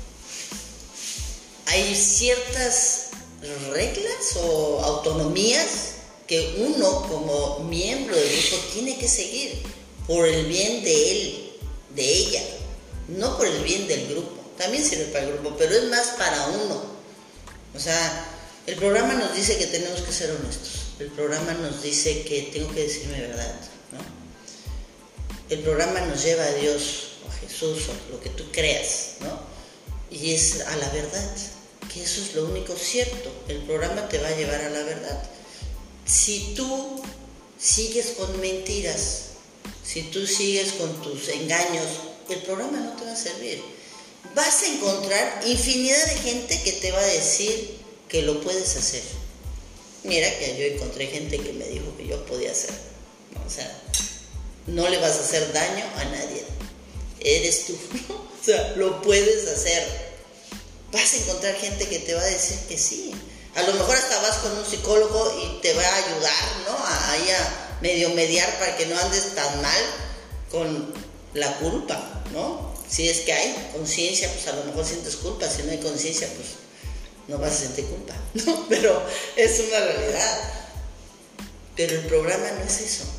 hay ciertas reglas o autonomías que uno como miembro del grupo tiene que seguir por el bien de él, de ella, no por el bien del grupo. También sirve para el grupo, pero es más para uno. O sea, el programa nos dice que tenemos que ser honestos. El programa nos dice que tengo que decir mi verdad, ¿no? El programa nos lleva a Dios o a Jesús o lo que tú creas, ¿no? Y es a la verdad, que eso es lo único cierto. El programa te va a llevar a la verdad. Si tú sigues con mentiras, si tú sigues con tus engaños, el programa no te va a servir. Vas a encontrar infinidad de gente que te va a decir que lo puedes hacer. Mira que yo encontré gente que me dijo que yo podía hacer, ¿no? O sea, no le vas a hacer daño a nadie. Eres tú, ¿no? O sea, lo puedes hacer. Vas a encontrar gente que te va a decir que sí. A lo mejor hasta vas con un psicólogo y te va a ayudar, ¿no? A medio mediar para que no andes tan mal con la culpa, ¿no? Si es que hay conciencia, pues a lo mejor sientes culpa. Si no hay conciencia, pues no vas a sentir culpa, ¿no? Pero es una realidad. Pero el programa no es eso.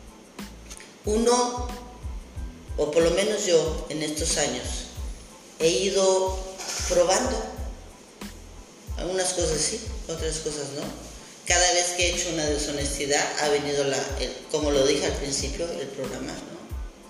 Uno, o por lo menos yo, en estos años, he ido probando. Algunas cosas sí, otras cosas no. Cada vez que he hecho una deshonestidad ha venido, como lo dije al principio, el programa, ¿no?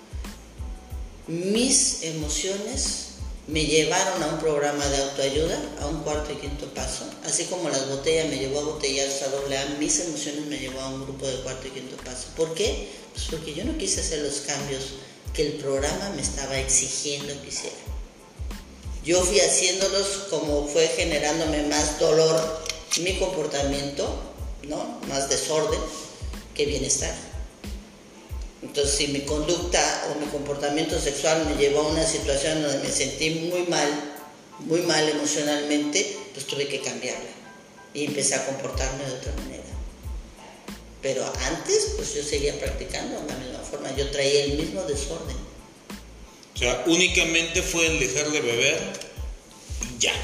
Mis emociones me llevaron a un programa de autoayuda, a un cuarto y quinto paso. Así como las botellas me llevó a botellados a AA, mis emociones me llevó a un grupo de cuarto y quinto paso. ¿Por qué? Pues porque yo no quise hacer los cambios que el programa me estaba exigiendo que hiciera. Yo fui haciéndolos como fue generándome más dolor mi comportamiento, ¿no? Más desorden que bienestar. Entonces, si mi conducta o mi comportamiento sexual me llevó a una situación donde me sentí muy mal emocionalmente, pues tuve que cambiarla y empecé a comportarme de otra manera. Pero antes, pues yo seguía practicando de la misma forma, yo traía el mismo desorden. O sea, únicamente fue el dejar de beber y ya.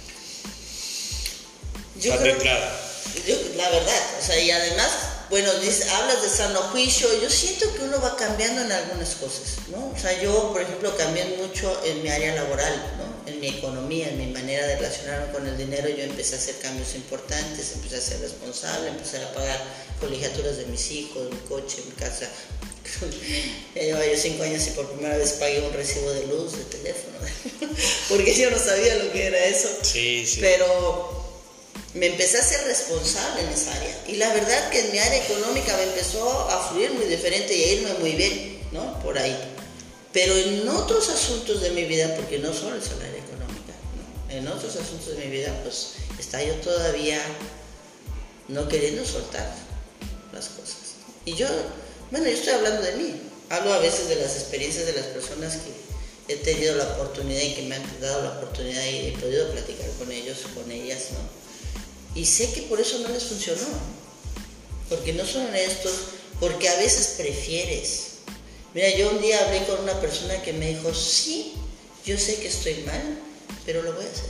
Yo creo, la verdad, o sea, y además, bueno, hablas de sano juicio, yo siento que uno va cambiando en algunas cosas, ¿no? O sea, yo, por ejemplo, cambié mucho en mi área laboral, ¿no? En mi economía, en mi manera de relacionarme con el dinero, yo empecé a hacer cambios importantes, empecé a ser responsable, empecé a pagar colegiaturas de mis hijos, mi coche, mi casa. Ya llevaba yo 5 años y por primera vez pagué un recibo de luz, de teléfono, porque yo no sabía lo que era eso. Sí. Pero me empecé a ser responsable en esa área. Y la verdad que en mi área económica me empezó a fluir muy diferente y a irme muy bien, ¿no? Por ahí. Pero en otros asuntos de mi vida, porque no solo es el área económica, ¿no? En otros asuntos de mi vida, pues está yo todavía no queriendo soltar las cosas. Y yo estoy hablando de mí. Hablo a veces de las experiencias de las personas que he tenido la oportunidad y que me han dado la oportunidad y he podido platicar con ellos, con ellas, ¿no? Y sé que por eso no les funcionó, porque no son honestos, porque a veces prefieres. Mira, yo un día hablé con una persona que me dijo, sí, yo sé que estoy mal, pero lo voy a hacer.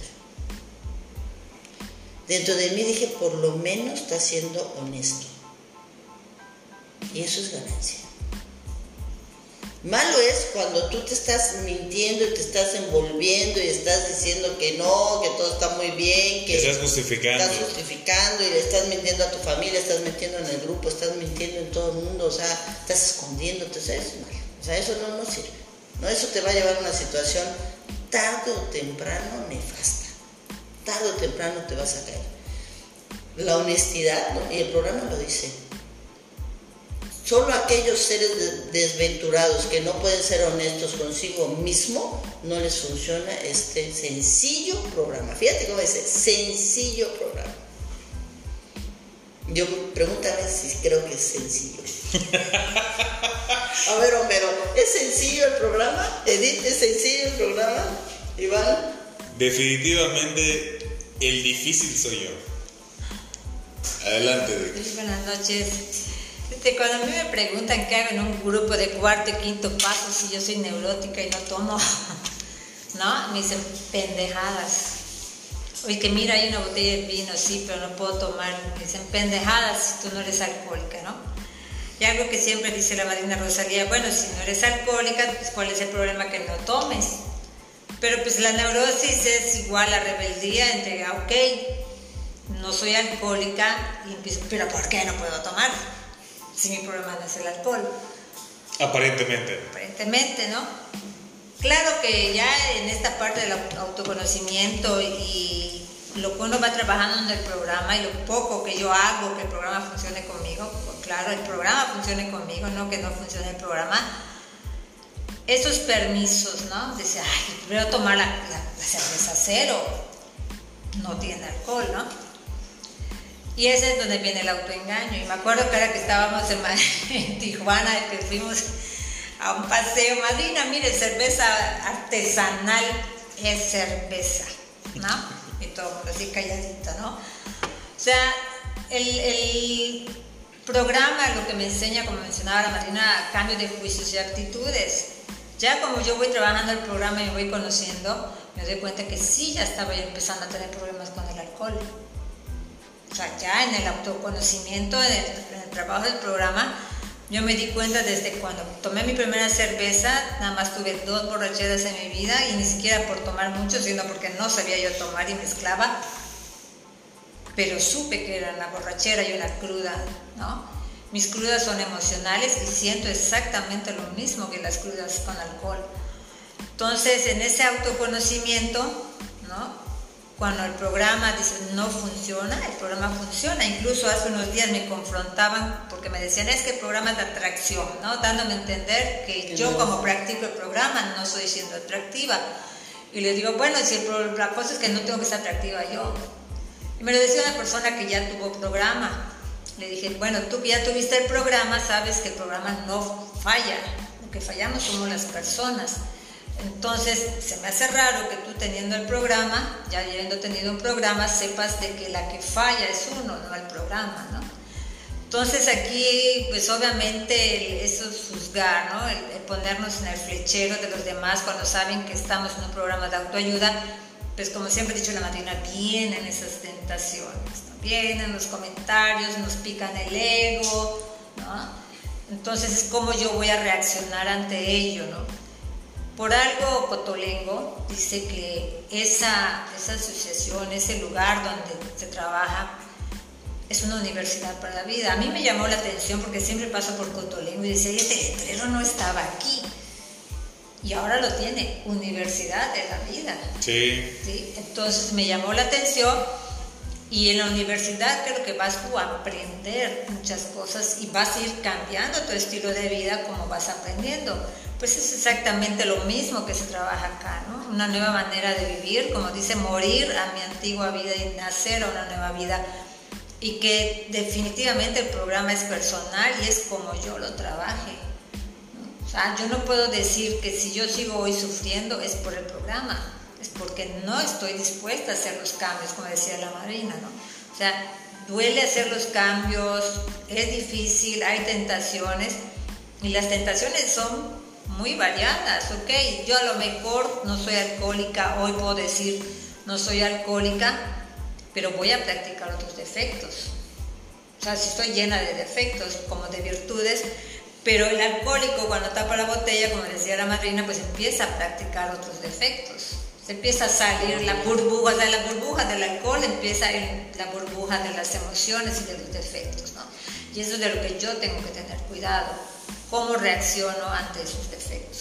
Dentro de mí dije, por lo menos está siendo honesto. Y eso es ganancia. Malo es cuando tú te estás mintiendo y te estás envolviendo y estás diciendo que no, que todo está muy bien, que estás justificando. Estás justificando y le estás mintiendo a tu familia, estás mintiendo en el grupo, estás mintiendo en todo el mundo, o sea, estás escondiéndote, o sea, eso es malo. O sea, eso no sirve. No, eso te va a llevar a una situación tarde o temprano nefasta. Tarde o temprano te vas a caer. La honestidad, ¿no? Y el programa lo dice. Solo aquellos seres desventurados que no pueden ser honestos consigo mismo, no les funciona este sencillo programa. Fíjate cómo dice, sencillo programa. Yo pregúntame si creo que es sencillo. A ver, Homero, ¿es sencillo el programa? Edith, ¿es sencillo el programa? Iván. Definitivamente el difícil soy yo. Adelante, Edith. Buenas noches. Cuando a mí me preguntan qué hago en un grupo de cuarto y quinto paso si yo soy neurótica y no tomo, ¿no? Me dicen pendejadas. Oye, que mira, hay una botella de vino, sí, pero no puedo tomar. Me dicen pendejadas si tú no eres alcohólica, ¿no? Y algo que siempre dice la madrina Rosalía, bueno, si no eres alcohólica, pues ¿cuál es el problema? Que no tomes. Pero pues la neurosis es igual a rebeldía entre, ok, no soy alcohólica, y empiezo, pero ¿por qué no puedo tomar? Si mi problema no es el alcohol. Aparentemente. Aparentemente, ¿no? Claro que ya en esta parte del autoconocimiento y lo que uno va trabajando en el programa y lo poco que yo hago que el programa funcione conmigo, pues claro, el programa funcione conmigo, no que no funcione el programa. Esos permisos, ¿no? Dice, ay, primero tomar la cerveza cero, no tiene alcohol, ¿no? Y ese es donde viene el autoengaño. Y me acuerdo que ahora que estábamos en Tijuana, que fuimos a un paseo, madrina, mire, cerveza artesanal es cerveza, ¿no? Y todo el mundo así calladito, ¿no? O sea, el programa lo que me enseña, como mencionaba la madrina, cambio de juicios y actitudes. Ya como yo voy trabajando el programa y me voy conociendo, me doy cuenta que sí, ya estaba yo empezando a tener problemas con el alcohol. O sea, ya en el autoconocimiento, en el trabajo del programa, yo me di cuenta desde cuando tomé mi primera cerveza, nada más tuve 2 borracheras en mi vida y ni siquiera por tomar mucho, sino porque no sabía yo tomar y mezclaba, pero supe que era una borrachera y una cruda, ¿no? Mis crudas son emocionales y siento exactamente lo mismo que las crudas con alcohol. Entonces, en ese autoconocimiento, ¿no? Cuando el programa dice no funciona, el programa funciona. Incluso hace unos días me confrontaban porque me decían, es que el programa es de atracción, ¿no? Dándome a entender que yo como practico el programa no estoy siendo atractiva. Y les digo, bueno, si la cosa es que no tengo que ser atractiva yo. Y me lo decía una persona que ya tuvo programa. Le dije, bueno, tú que ya tuviste el programa, sabes que el programa no falla. Lo que fallamos somos las personas. Entonces, se me hace raro que tú teniendo el programa, ya habiendo tenido un programa, sepas de que la que falla es uno, no el programa, ¿no? Entonces aquí, pues obviamente eso es juzgar, ¿no? El ponernos en el flechero de los demás cuando saben que estamos en un programa de autoayuda, pues como siempre he dicho la madrina, vienen esas tentaciones, ¿no? Vienen los comentarios, nos pican el ego, ¿no? Entonces, ¿cómo yo voy a reaccionar ante ello, ¿no? Por algo Cotolengo dice que esa asociación, ese lugar donde se trabaja, es una universidad para la vida. A mí me llamó la atención porque siempre paso por Cotolengo y decía, este letrero no estaba aquí. Y ahora lo tiene, Universidad de la Vida. Sí. ¿Sí? Entonces me llamó la atención y en la universidad creo que vas tú a aprender muchas cosas y vas a ir cambiando tu estilo de vida como vas aprendiendo. Pues es exactamente lo mismo que se trabaja acá, ¿no? Una nueva manera de vivir, como dice, morir a mi antigua vida y nacer a una nueva vida. Y que definitivamente el programa es personal y es como yo lo trabaje, ¿no? O sea, yo no puedo decir que si yo sigo hoy sufriendo es por el programa, es porque no estoy dispuesta a hacer los cambios, como decía la madrina, ¿no? O sea, duele hacer los cambios, es difícil, hay tentaciones y las tentaciones son muy variadas, ok, yo a lo mejor no soy alcohólica, hoy puedo decir no soy alcohólica, pero voy a practicar otros defectos. O sea, si estoy llena de defectos como de virtudes, pero el alcohólico cuando tapa la botella, como decía la madrina, pues empieza a practicar otros defectos. Se empieza a salir la burbuja del alcohol, empieza la burbuja de las emociones y de los defectos, ¿no? Y eso es de lo que yo tengo que tener cuidado. ¿Cómo reacciono ante esos defectos?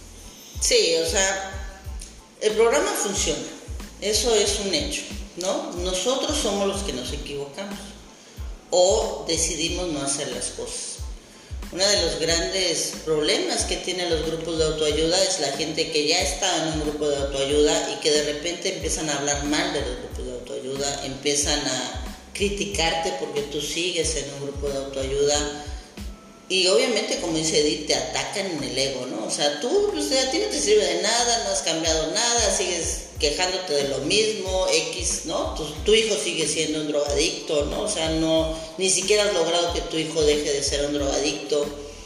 Sí, o sea, el programa funciona, eso es un hecho, ¿no? Nosotros somos los que nos equivocamos o decidimos no hacer las cosas. Uno de los grandes problemas que tienen los grupos de autoayuda es la gente que ya está en un grupo de autoayuda y que de repente empiezan a hablar mal de los grupos de autoayuda, empiezan a criticarte porque tú sigues en un grupo de autoayuda y obviamente, como dice Edith, te atacan en el ego, ¿no? O sea, tú, pues, a ti no te sirve de nada, no has cambiado nada, sigues quejándote de lo mismo, X, ¿no? Tu hijo sigue siendo un drogadicto, ¿no? O sea, no, ni siquiera has logrado que tu hijo deje de ser un drogadicto.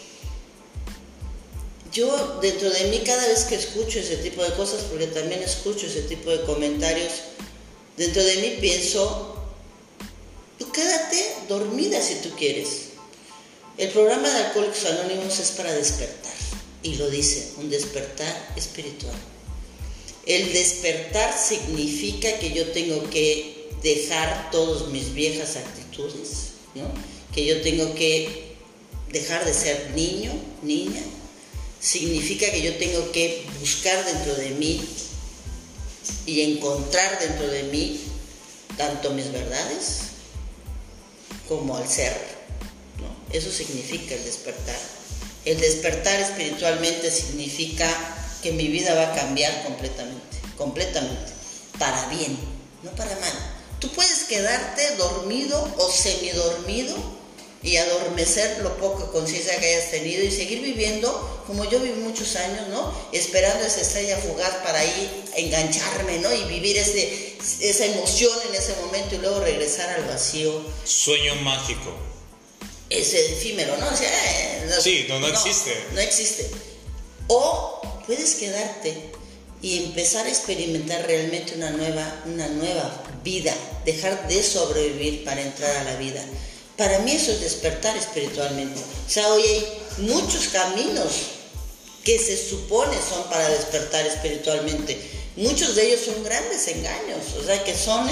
Yo, dentro de mí, cada vez que escucho ese tipo de cosas, porque también escucho ese tipo de comentarios, dentro de mí pienso, tú quédate dormida si tú quieres. El programa de Alcohólicos Anónimos es para despertar, y lo dice, un despertar espiritual. El despertar significa que yo tengo que dejar todas mis viejas actitudes, ¿no? Que yo tengo que dejar de ser niño, niña. Significa que yo tengo que buscar dentro de mí y encontrar dentro de mí tanto mis verdades como al ser. Eso significa el despertar. El despertar espiritualmente significa que mi vida va a cambiar completamente, para bien, no para mal. Tú puedes quedarte dormido o semidormido y adormecer lo poca conciencia que hayas tenido y seguir viviendo como yo viví muchos años, ¿no? Esperando esa estrella fugaz para ahí engancharme, ¿no? Y vivir esa emoción en ese momento y luego regresar al vacío. Sueño mágico. Ese efímero, ¿no? O sea, no existe. No existe. O puedes quedarte y empezar a experimentar realmente una nueva vida, dejar de sobrevivir para entrar a la vida. Para mí eso es despertar espiritualmente. O sea, hoy hay muchos caminos que se supone son para despertar espiritualmente. Muchos de ellos son grandes engaños, o sea, que son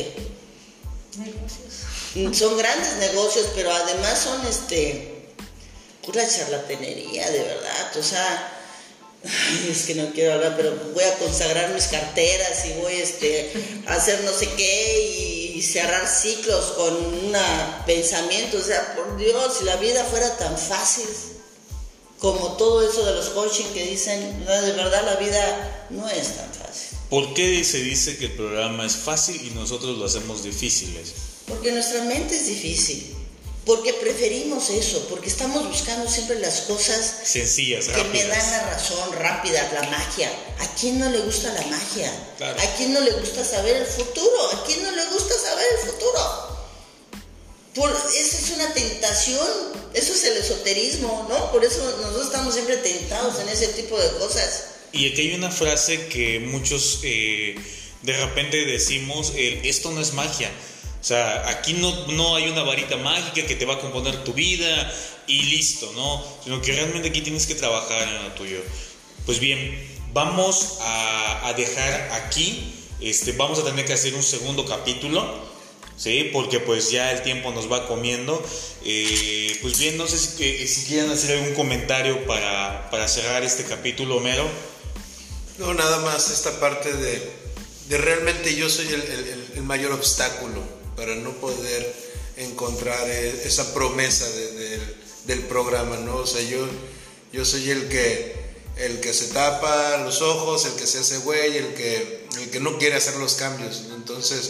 son grandes negocios, pero además son pura charlatanería, de verdad. O sea, es que no quiero hablar, pero voy a consagrar mis carteras y voy a hacer no sé qué y cerrar ciclos con un pensamiento. O sea, por Dios, si la vida fuera tan fácil como todo eso de los coaching que dicen, no, de verdad la vida no es tan fácil. ¿Por qué se dice que el programa es fácil y nosotros lo hacemos difíciles? Porque nuestra mente es difícil, porque preferimos eso, porque estamos buscando siempre las cosas sencillas, que rápidas. me dan la razón, rápidas, la magia. ¿A quién no le gusta la magia? Claro. ¿A quién no le gusta saber el futuro? ¿A quién no le gusta saber el futuro? Eso es una tentación, eso es el esoterismo, ¿no? Por eso nosotros estamos siempre tentados en ese tipo de cosas. Y aquí hay una frase que muchos de repente decimos, esto no es magia. O sea, aquí no hay una varita mágica que te va a componer tu vida y listo, ¿no? Sino que realmente aquí tienes que trabajar en lo tuyo. Pues bien, vamos a dejar aquí, vamos a tener que hacer un segundo capítulo, ¿sí? Porque pues ya el tiempo nos va comiendo. Pues bien, no sé si quieren hacer algún comentario para cerrar este capítulo, Homero. No, nada más esta parte de realmente yo soy el mayor obstáculo para no poder encontrar esa promesa del programa, ¿no? O sea, yo soy el que se tapa los ojos, el que se hace güey, el que no quiere hacer los cambios. Entonces,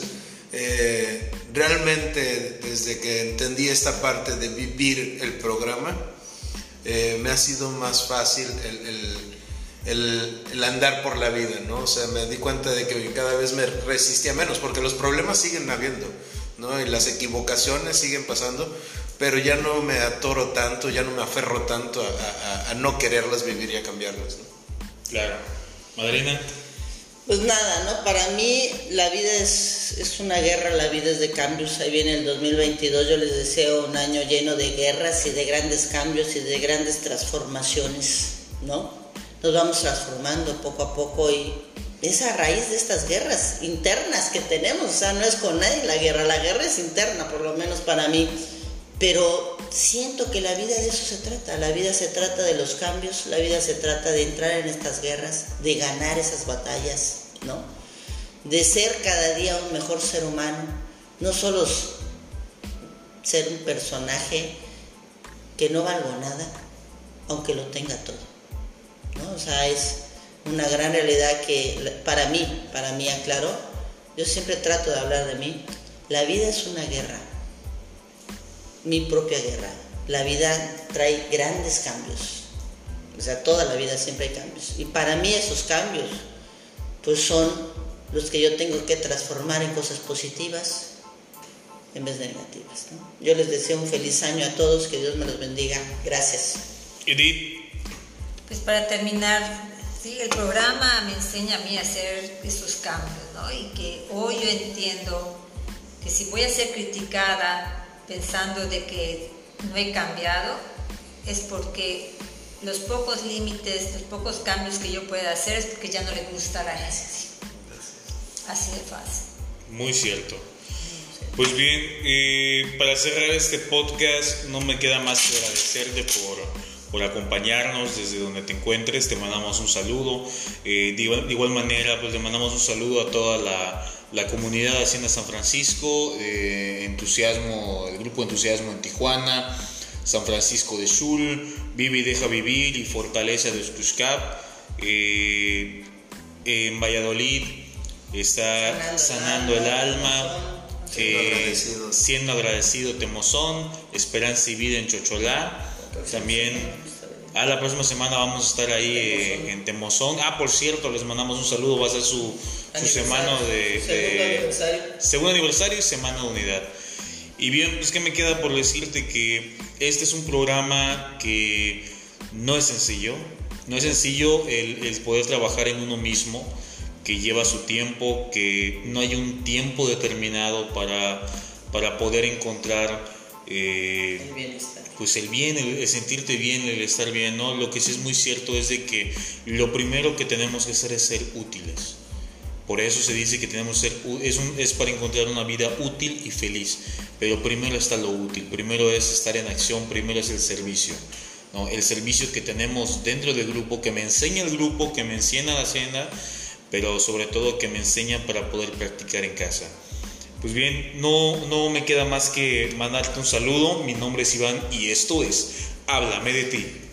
realmente desde que entendí esta parte de vivir el programa, me ha sido más fácil el andar por la vida, ¿no? O sea, me di cuenta de que cada vez me resistía menos, porque los problemas siguen habiendo, ¿no? Y las equivocaciones siguen pasando, pero ya no me atoro tanto, ya no me aferro tanto a no quererlas vivir y a cambiarlas, ¿no? Claro. Madrina. Pues nada, ¿no? Para mí la vida es una guerra, la vida es de cambios. Ahí viene el 2022, yo les deseo un año lleno de guerras y de grandes cambios y de grandes transformaciones, ¿no? Nos vamos transformando poco a poco y es a raíz de estas guerras internas que tenemos. O sea, no es con nadie la guerra es interna, por lo menos para mí. Pero siento que la vida de eso se trata. La vida se trata de los cambios, la vida se trata de entrar en estas guerras, de ganar esas batallas, ¿no? De ser cada día un mejor ser humano, no solo ser un personaje que no valgo nada, aunque lo tenga todo, ¿no? O sea, es una gran realidad que para mí, aclaro, yo siempre trato de hablar de mí. La vida es una guerra, mi propia guerra. La vida trae grandes cambios, o sea, toda la vida siempre hay cambios. Y para mí esos cambios, pues son los que yo tengo que transformar en cosas positivas en vez de negativas, ¿no? Yo les deseo un feliz año a todos, que Dios me los bendiga. Gracias. Edith. Pues para terminar, sí, el programa me enseña a mí a hacer esos cambios, ¿no? Y que hoy yo entiendo que si voy a ser criticada pensando de que no he cambiado, es porque los pocos límites, los pocos cambios que yo pueda hacer es porque ya no le gusta la gente. Así de fácil. Muy cierto. Pues bien, para cerrar este podcast no me queda más que agradecerte por acompañarnos desde donde te encuentres. Te mandamos un saludo. De igual manera, pues le mandamos un saludo a toda la comunidad de Hacienda San Francisco, Entusiasmo, el grupo Entusiasmo en Tijuana, San Francisco de Sul, Vive y Deja Vivir y Fortaleza de Xtuscap. En Valladolid está Sanando el Alma, siendo agradecido Temozón, Esperanza y Vida en Chocholá. También la próxima semana vamos a estar ahí en Temozón. Por cierto, les mandamos un saludo. Va a ser su semana segundo aniversario y semana de unidad. Y bien, pues que me queda por decirte que este es un programa que no es sencillo. No es sencillo el poder trabajar en uno mismo, que lleva su tiempo, que no hay un tiempo determinado para poder encontrar El bienestar. pues el bien, el sentirte bien, el estar bien, ¿no? Lo que sí es muy cierto es de que lo primero que tenemos que hacer es ser útiles. Por eso se dice que tenemos que ser, es para encontrar una vida útil y feliz. Pero primero está lo útil, primero es estar en acción, primero es el servicio, ¿no? El servicio que tenemos dentro del grupo, que me enseña el grupo, que me enseña la hacienda, pero sobre todo que me enseña para poder practicar en casa. Pues bien, no me queda más que mandarte un saludo. Mi nombre es Iván y esto es Háblame de Ti.